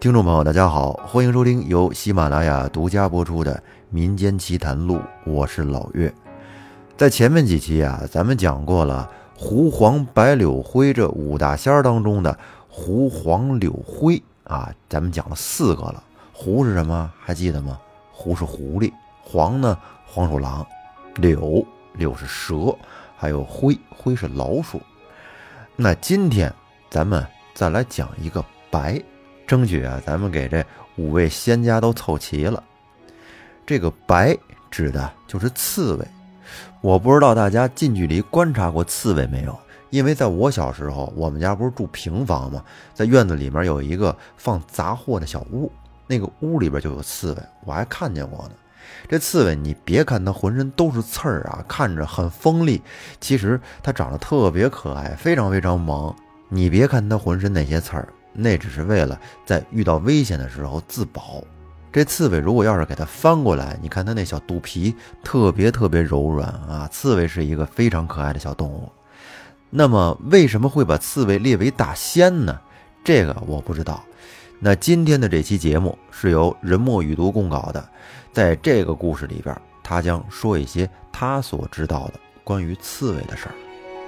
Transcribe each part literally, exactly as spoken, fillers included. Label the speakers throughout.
Speaker 1: 听众朋友大家好，欢迎收听由喜马拉雅独家播出的民间奇谈录，我是老岳。在前面几期啊，咱们讲过了狐黄白柳灰这五大仙儿当中的狐黄柳灰啊，咱们讲了四个了。狐是什么还记得吗？狐是狐狸，黄呢黄鼠狼，柳柳是蛇，还有灰灰是老鼠。那今天咱们再来讲一个白，争取啊咱们给这五位仙家都凑齐了。这个白指的就是刺猬。我不知道大家近距离观察过刺猬没有，因为在我小时候，我们家不是住平房吗？在院子里面有一个放杂货的小屋，那个屋里边就有刺猬，我还看见过呢。这刺猬你别看它浑身都是刺儿啊，看着很锋利，其实它长得特别可爱，非常非常萌。你别看它浑身那些刺儿，那只是为了在遇到危险的时候自保。这刺猬如果要是给它翻过来，你看它那小肚皮特别特别柔软啊，刺猬是一个非常可爱的小动物。那么为什么会把刺猬列为大仙呢？这个我不知道。那今天的这期节目是由人墨语读供稿的，在这个故事里边，他将说一些他所知道的关于刺猬的事儿。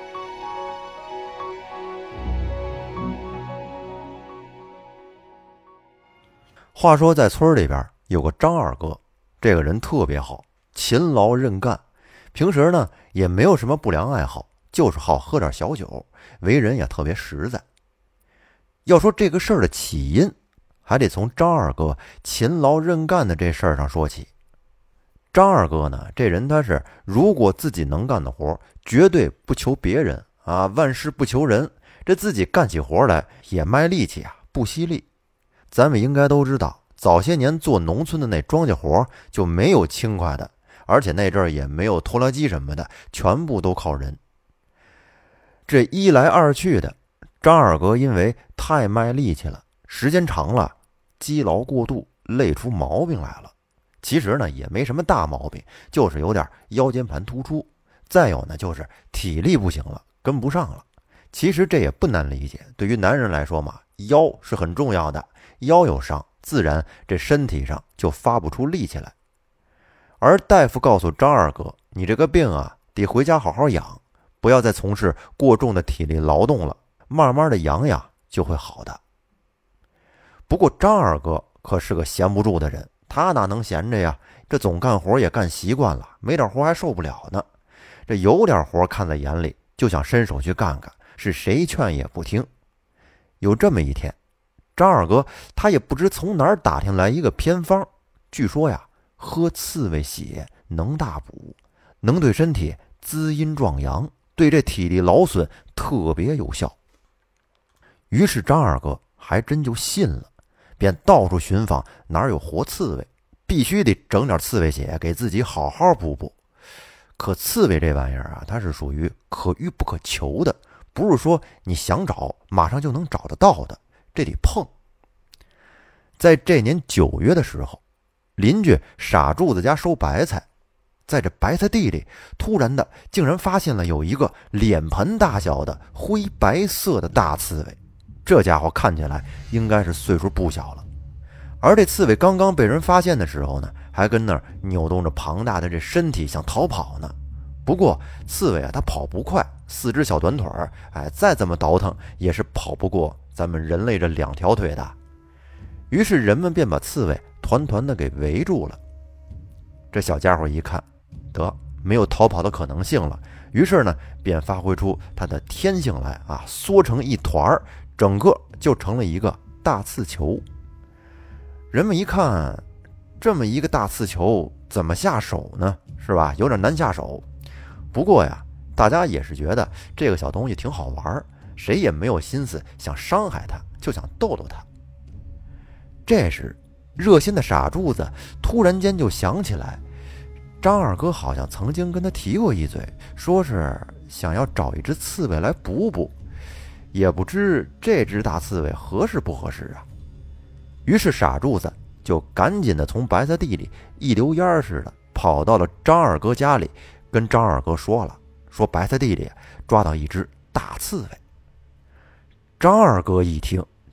Speaker 1: 话说在村里边有个张二哥，这个人特别好，勤劳认干，平时呢也没有什么不良爱好，就是好喝点小酒，为人也特别实在。要说这个事儿的起因，还得从张二哥勤劳认干的这事儿上说起。张二哥呢，这人他是如果自己能干的活，绝对不求别人啊，万事不求人，这自己干起活来也卖力气啊，不惜力。咱们应该都知道，早些年做农村的那庄稼活就没有轻快的，而且那阵儿也没有拖拉机什么的，全部都靠人。这一来二去的，张二哥因为太卖力气了，时间长了，积劳过度，累出毛病来了。其实呢，也没什么大毛病，就是有点腰间盘突出，再有呢，就是体力不行了，跟不上了。其实这也不难理解，对于男人来说嘛，腰是很重要的，腰有伤，自然这身体上就发不出力气来。而大夫告诉张二哥，你这个病啊，得回家好好养，不要再从事过重的体力劳动了，慢慢的养养就会好的。不过张二哥可是个闲不住的人，他哪能闲着呀？这总干活也干习惯了，没点活还受不了呢。这有点活看在眼里，就想伸手去干干，是谁劝也不听。有这么一天，张二哥他也不知从哪儿打听来一个偏方，据说呀，喝刺猬血能大补，能对身体滋阴壮阳，对这体力劳损特别有效。于是张二哥还真就信了，便到处寻访哪儿有活刺猬，必须得整点刺猬血给自己好好补补。可刺猬这玩意儿啊，它是属于可遇不可求的，不是说你想找马上就能找得到的，这得碰。在这年九月的时候，邻居傻柱子家收白菜，在这白菜地里突然的竟然发现了有一个脸盆大小的灰白色的大刺猬，这家伙看起来应该是岁数不小了。而这刺猬刚刚被人发现的时候呢，还跟那儿扭动着庞大的这身体想逃跑呢。不过刺猬啊，它跑不快，四只小短腿儿，哎，再这么倒腾也是跑不过咱们人类这两条腿的。于是人们便把刺猬团团的给围住了。这小家伙一看，得没有逃跑的可能性了，于是呢，便发挥出它的天性来啊，缩成一团，整个就成了一个大刺球。人们一看，这么一个大刺球怎么下手呢？是吧？有点难下手。不过呀，大家也是觉得这个小东西挺好玩，谁也没有心思想伤害它，就想逗逗它。这时热心的傻柱子突然间就想起来，张二哥好像曾经跟他提过一嘴，说是想要找一只刺猬来补补，也不知这只大刺猬合适不合适啊。于是傻柱子就赶紧的从白菜地里一溜烟似的跑到了张二哥家里，跟张二哥说了，说白菜地里抓到一只大刺猬。张二哥一听，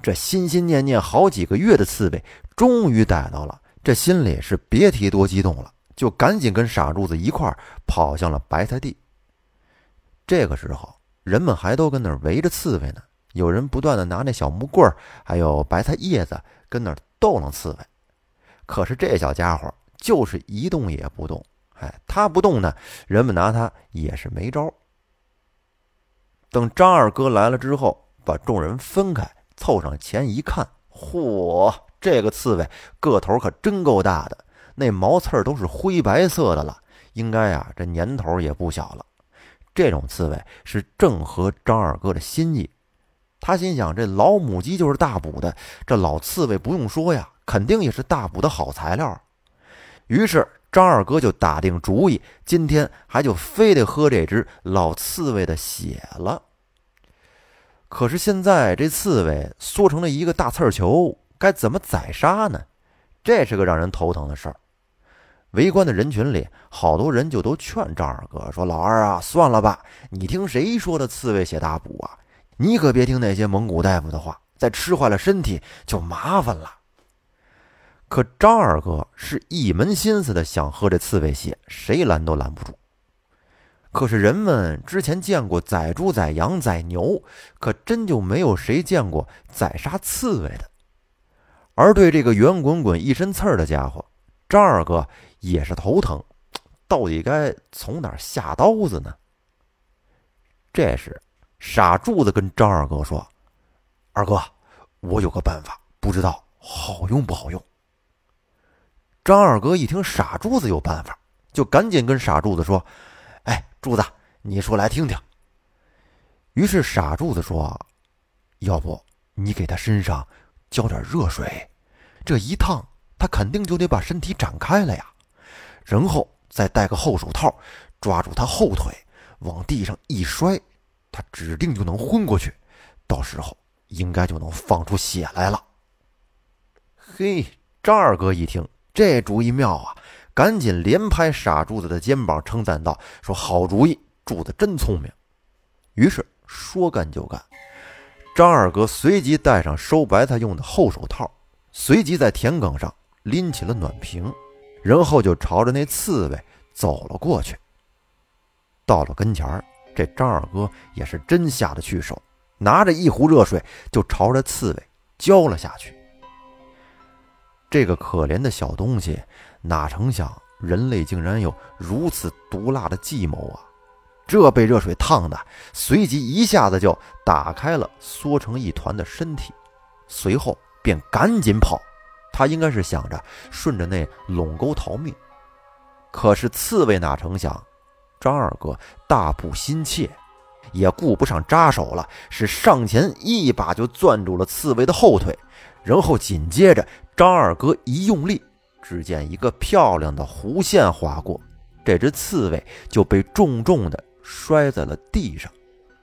Speaker 1: 这心心念念好几个月的刺猬终于逮到了，这心里是别提多激动了，就赶紧跟傻柱子一块儿跑向了白菜地。这个时候人们还都跟那儿围着刺猬呢，有人不断的拿那小木棍儿还有白菜叶子跟那儿逗弄刺猬。可是这小家伙就是一动也不动，哎，他不动呢，人们拿他也是没招。等张二哥来了之后，把众人分开，凑上前一看，嚯，这个刺猬个头可真够大的，那毛刺儿都是灰白色的了，应该啊这年头也不小了。这种刺猬是正合张二哥的心意，他心想这老母鸡就是大补的，这老刺猬不用说呀，肯定也是大补的好材料。于是张二哥就打定主意，今天还就非得喝这只老刺猬的血了。可是现在这刺猬缩成了一个大刺儿球，该怎么宰杀呢？这是个让人头疼的事儿。围观的人群里，好多人就都劝张二哥说：“老二啊，算了吧，你听谁说的刺猬血大补啊？你可别听那些蒙古大夫的话，再吃坏了身体就麻烦了。”可张二哥是一门心思的想喝这刺猬血，谁拦都拦不住。可是人们之前见过宰猪宰羊宰牛，可真就没有谁见过宰杀刺猬的。而对这个圆滚滚一身刺儿的家伙，张二哥也是头疼，到底该从哪儿下刀子呢？这时傻柱子跟张二哥说：“二哥，我有个办法，不知道好用不好用。”张二哥一听傻柱子有办法，就赶紧跟傻柱子说：“哎，柱子，你说来听听。”于是傻柱子说：“要不你给他身上浇点热水，这一烫他肯定就得把身体展开了呀，然后再戴个厚手套，抓住他后腿往地上一摔，他指定就能昏过去，到时候应该就能放出血来了。”嘿，张二哥一听这主意妙啊，赶紧连拍傻柱子的肩膀称赞道：“说好主意，柱子真聪明。”于是说干就干，张二哥随即戴上收白菜用的厚手套，随即在田埂上拎起了暖瓶，然后就朝着那刺猬走了过去。到了跟前儿，这张二哥也是真下得去手，拿着一壶热水就朝着刺猬浇了下去。这个可怜的小东西哪成想人类竟然有如此毒辣的计谋啊！这被热水烫的，随即一下子就打开了缩成一团的身体，随后便赶紧跑。他应该是想着顺着那垄沟逃命，可是刺猬哪成想，张二哥大步心切，也顾不上扎手了，是上前一把就攥住了刺猬的后腿，然后紧接着张二哥一用力，只见一个漂亮的弧线划过，这只刺猬就被重重的摔在了地上。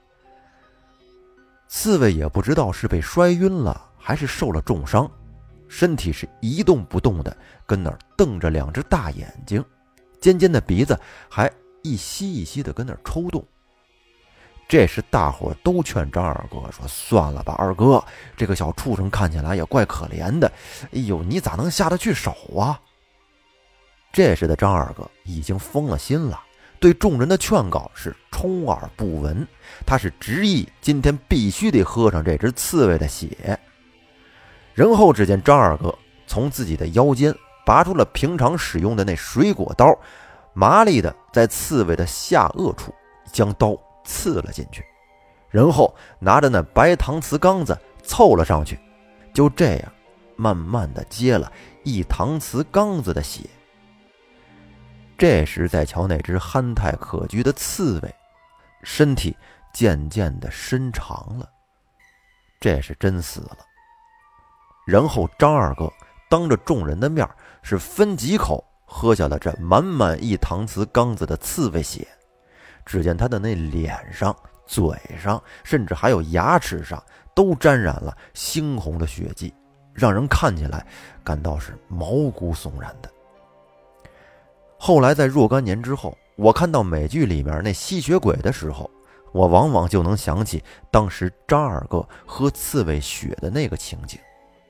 Speaker 1: 刺猬也不知道是被摔晕了还是受了重伤，身体是一动不动的跟那儿瞪着两只大眼睛，尖尖的鼻子还一吸一吸的跟那儿抽动。这时大伙都劝张二哥说：“算了吧，二哥，这个小畜生看起来也怪可怜的，哎呦，你咋能下得去手啊？”这时的张二哥已经疯了心了，对众人的劝告是充耳不闻，他是执意今天必须得喝上这只刺猬的血。然后只见张二哥从自己的腰间拔出了平常使用的那水果刀，麻利的在刺猬的下颚处将刀刺了进去，然后拿着那白搪瓷缸子凑了上去，就这样慢慢的接了一搪瓷缸子的血。这时再瞧那只憨态可掬的刺猬，身体渐渐的伸长了，这是真死了。然后张二哥当着众人的面是分几口喝下了这满满一搪瓷缸子的刺猬血。只见他的那脸上、嘴上，甚至还有牙齿上都沾染了猩红的血迹，让人看起来感到是毛骨悚然的。后来在若干年之后，我看到美剧里面那吸血鬼的时候， 我往往就能想起当时张二哥喝刺猬血的那个情景。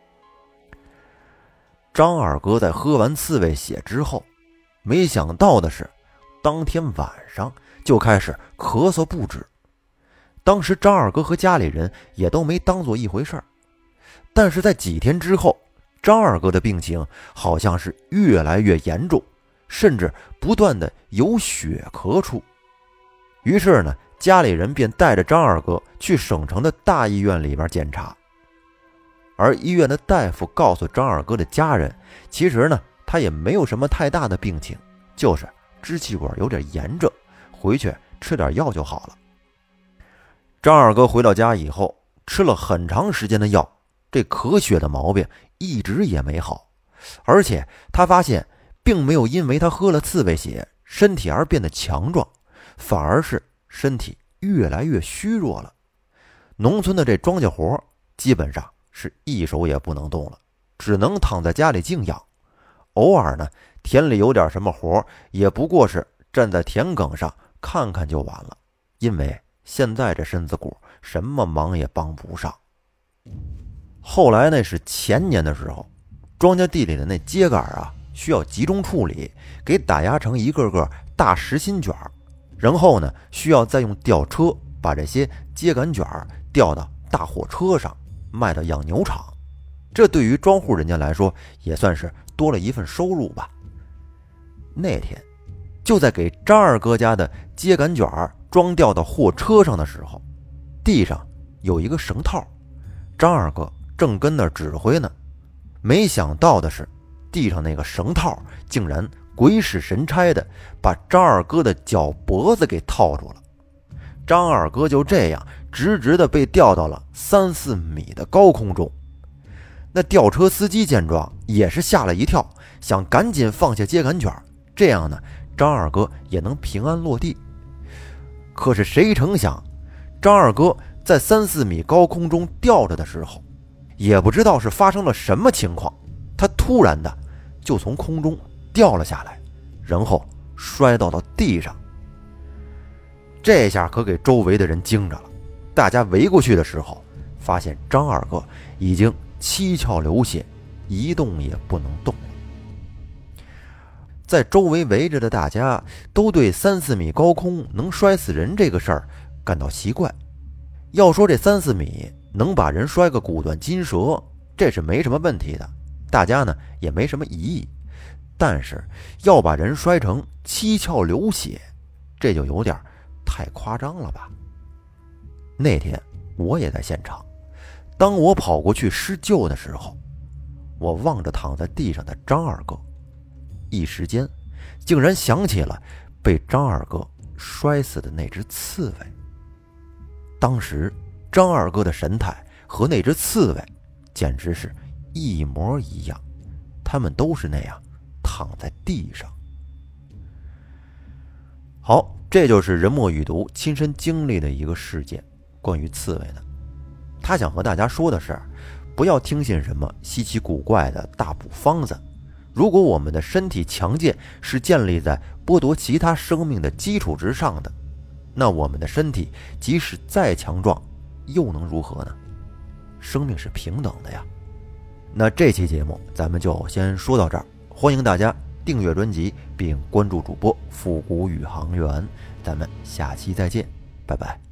Speaker 1: 张二哥在喝完刺猬血之后，没想到的是，当天晚上就开始咳嗽不止。当时张二哥和家里人也都没当做一回事儿，但是在几天之后，张二哥的病情好像是越来越严重，甚至不断的有血咳出。于是呢，家里人便带着张二哥去省城的大医院里边检查。而医院的大夫告诉张二哥的家人，其实呢，他也没有什么太大的病情，就是支气管有点炎症，回去吃点药就好了。张二哥回到家以后，吃了很长时间的药，这咳血的毛病一直也没好，而且他发现并没有因为他喝了刺猬血身体而变得强壮，反而是身体越来越虚弱了。农村的这庄稼活基本上是一手也不能动了，只能躺在家里静养。偶尔呢，田里有点什么活，也不过是站在田埂上看看就完了，因为现在这身子骨什么忙也帮不上。后来那是前年的时候，庄稼地里的那秸秆啊，需要集中处理，给打压成一个个大实心卷，然后呢，需要再用吊车把这些秸秆卷吊到大货车上，卖到养牛场。这对于庄户人家来说，也算是多了一份收入吧。那天，就在给张二哥家的秸秆卷装吊到货车上的时候，地上有一个绳套，张二哥正跟那儿指挥呢。没想到的是，地上那个绳套竟然鬼使神差的把张二哥的脚脖子给套住了。张二哥就这样直直的被吊到了三四米的高空中。那吊车司机见状也是吓了一跳，想赶紧放下秸秆卷，这样呢，张二哥也能平安落地。可是谁成想，张二哥在三四米高空中吊着的时候，也不知道是发生了什么情况，他突然的就从空中掉了下来，然后摔倒到地上。这下可给周围的人惊着了，大家围过去的时候，发现张二哥已经七窍流血，一动也不能动了。在周围围着的大家都对三四米高空能摔死人这个事儿感到奇怪。要说这三四米能把人摔个骨断筋折，这是没什么问题的，大家呢也没什么异议。但是要把人摔成七窍流血，这就有点太夸张了吧。那天我也在现场，当我跑过去施救的时候，我望着躺在地上的张二哥，一时间竟然想起了被张二哥摔死的那只刺猬。当时张二哥的神态和那只刺猬简直是一模一样，他们都是那样躺在地上。好，这就是人墨与读亲身经历的一个事件，关于刺猬的。他想和大家说的是，不要听信什么稀奇古怪的大补方子。如果我们的身体强健是建立在剥夺其他生命的基础之上的，那我们的身体即使再强壮，又能如何呢？生命是平等的呀。那这期节目咱们就先说到这儿，欢迎大家订阅专辑并关注主播复古宇航员，咱们下期再见，拜拜。